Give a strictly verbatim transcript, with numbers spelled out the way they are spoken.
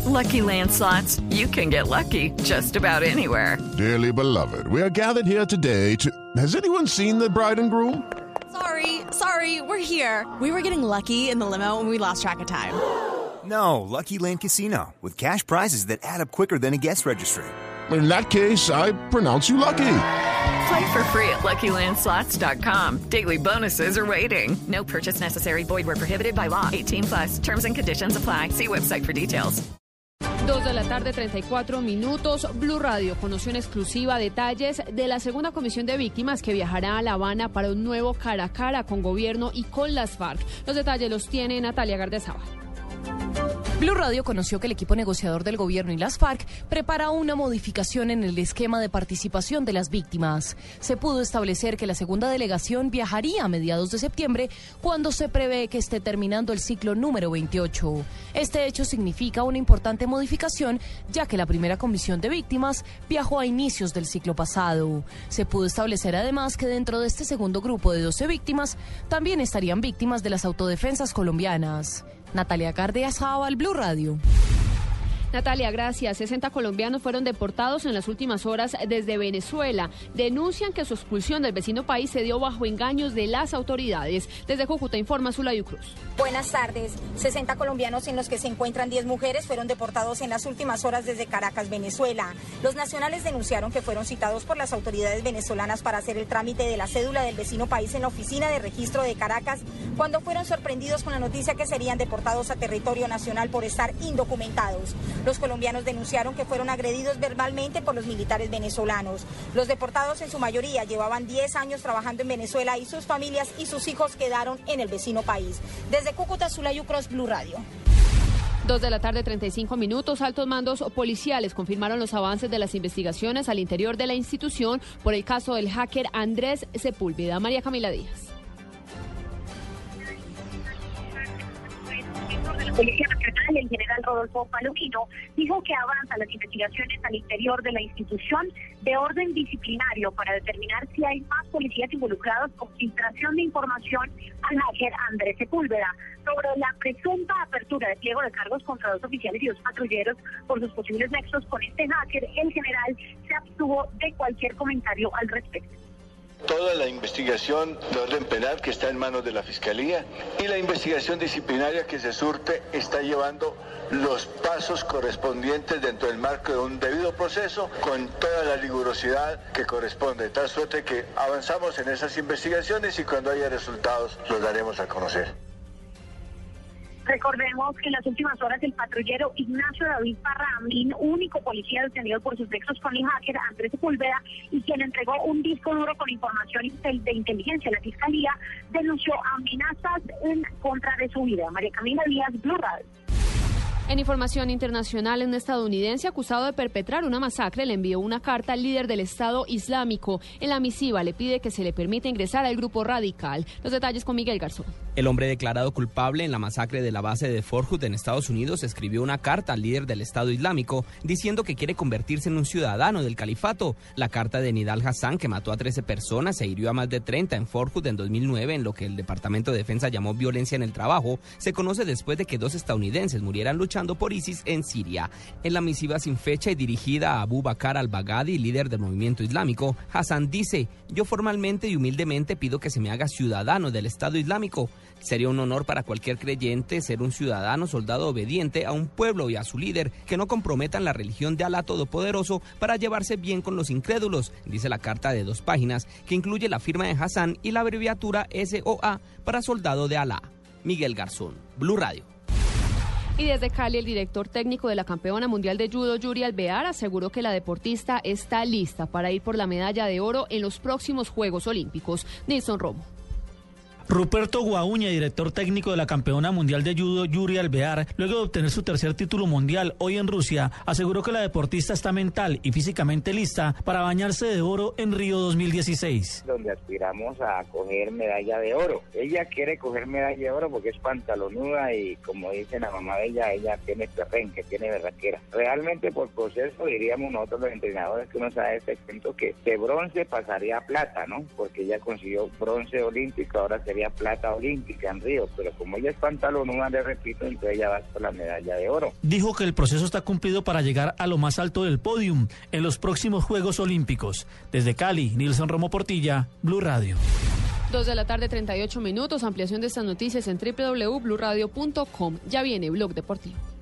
Lucky Land Slots, you can get lucky just about anywhere. Dearly beloved, we are gathered here today to... Has anyone seen the bride and groom? Sorry, sorry, we're here. We were getting lucky in the limo and we lost track of time. No, Lucky Land Casino, with cash prizes that add up quicker than a guest registry. In that case, I pronounce you lucky. Play for free at Lucky Land Slots dot com. Daily bonuses are waiting. No purchase necessary. Void where prohibited by law. eighteen plus. Terms and conditions apply. See website for details. Dos de la tarde, treinta y cuatro minutos. Blue Radio conoció en exclusiva detalles de la segunda comisión de víctimas que viajará a La Habana para un nuevo cara a cara con gobierno y con las FARC. Los detalles los tiene Natalia Gardezábal. Blue Radio conoció que el equipo negociador del gobierno y las FARC prepara una modificación en el esquema de participación de las víctimas. Se pudo establecer que la segunda delegación viajaría a mediados de septiembre, cuando se prevé que esté terminando el ciclo número veintiocho. Este hecho significa una importante modificación, ya que la primera comisión de víctimas viajó a inicios del ciclo pasado. Se pudo establecer además que dentro de este segundo grupo de doce víctimas, también estarían víctimas de las autodefensas colombianas. Natalia Gardezábal, Blue Radio. Natalia, gracias. sesenta colombianos fueron deportados en las últimas horas desde Venezuela. Denuncian que su expulsión del vecino país se dio bajo engaños de las autoridades. Desde Cúcuta informa Zulayu Cruz. Buenas tardes. sesenta colombianos, en los que se encuentran diez mujeres, fueron deportados en las últimas horas desde Caracas, Venezuela. Los nacionales denunciaron que fueron citados por las autoridades venezolanas para hacer el trámite de la cédula del vecino país en la oficina de registro de Caracas, cuando fueron sorprendidos con la noticia que serían deportados a territorio nacional por estar indocumentados. Los colombianos denunciaron que fueron agredidos verbalmente por los militares venezolanos. Los deportados, en su mayoría, llevaban diez años trabajando en Venezuela y sus familias y sus hijos quedaron en el vecino país. Desde Cúcuta, Zulayu Cruz, Blue Radio. Dos de la tarde, treinta y cinco minutos. Altos mandos policiales confirmaron los avances de las investigaciones al interior de la institución por el caso del hacker Andrés Sepúlveda. María Camila Díaz. Policía Nacional, el general Rodolfo Palomino, dijo que avanzan las investigaciones al interior de la institución de orden disciplinario para determinar si hay más policías involucrados con filtración de información al hacker Andrés Sepúlveda. Sobre la presunta apertura de pliego de cargos contra dos oficiales y dos patrulleros por sus posibles nexos con este hacker, el general se abstuvo de cualquier comentario al respecto. Toda la investigación de orden penal que está en manos de la Fiscalía y la investigación disciplinaria que se surte está llevando los pasos correspondientes dentro del marco de un debido proceso con toda la rigurosidad que corresponde, de tal suerte que avanzamos en esas investigaciones y cuando haya resultados los daremos a conocer. Recordemos que en las últimas horas el patrullero Ignacio David Parramín, único policía detenido por sus nexos con el hacker Andrés Sepúlveda y quien entregó un disco duro con información de inteligencia a la Fiscalía, denunció amenazas en contra de su vida. María Camila Díaz, Blue Radio. En información internacional, un estadounidense acusado de perpetrar una masacre le envió una carta al líder del Estado Islámico. En la misiva le pide que se le permita ingresar al grupo radical. Los detalles con Miguel Garzón. El hombre declarado culpable en la masacre de la base de Fort Hood en Estados Unidos escribió una carta al líder del Estado Islámico diciendo que quiere convertirse en un ciudadano del califato. La carta de Nidal Hassan, que mató a trece personas e hirió a más de treinta en Fort Hood en dos mil nueve, en lo que el Departamento de Defensa llamó violencia en el trabajo, se conoce después de que dos estadounidenses murieran luchando por ISIS en Siria. En la misiva sin fecha y dirigida a Abu Bakr al-Baghdadi, líder del movimiento islámico, Hassan dice: yo formalmente y humildemente pido que se me haga ciudadano del Estado Islámico. Sería un honor para cualquier creyente ser un ciudadano soldado obediente a un pueblo y a su líder, que no comprometan la religión de Alá Todopoderoso para llevarse bien con los incrédulos, dice la carta de dos páginas, que incluye la firma de Hassan y la abreviatura S O A para soldado de Alá. Miguel Garzón, Blue Radio. Y desde Cali, el director técnico de la campeona mundial de judo, Yuri Alvear, aseguró que la deportista está lista para ir por la medalla de oro en los próximos Juegos Olímpicos. Nilson Romo. Ruperto Guauña, director técnico de la campeona mundial de judo Yuri Alvear, luego de obtener su tercer título mundial hoy en Rusia, aseguró que la deportista está mental y físicamente lista para bañarse de oro en Río dos mil dieciséis. Donde aspiramos a coger medalla de oro. Ella quiere coger medalla de oro porque es pantalonuda y, como dice la mamá de ella, ella tiene perrenque, tiene berraquera. Realmente por proceso diríamos nosotros los entrenadores que uno sabe este ejemplo que de bronce pasaría a plata, ¿no? Porque ella consiguió bronce olímpico, ahora sería ganaría plata olímpica en Río, pero como ella es pantalonuda, le repito, entonces ella va por la medalla de oro. Dijo que el proceso está cumplido para llegar a lo más alto del podium en los próximos Juegos Olímpicos. Desde Cali, Nilson Romo Portilla, Blue Radio. Dos de la tarde, treinta y ocho minutos. Ampliación de estas noticias en doble u doble u doble u punto blue radio punto com. Ya viene Blog Deportivo.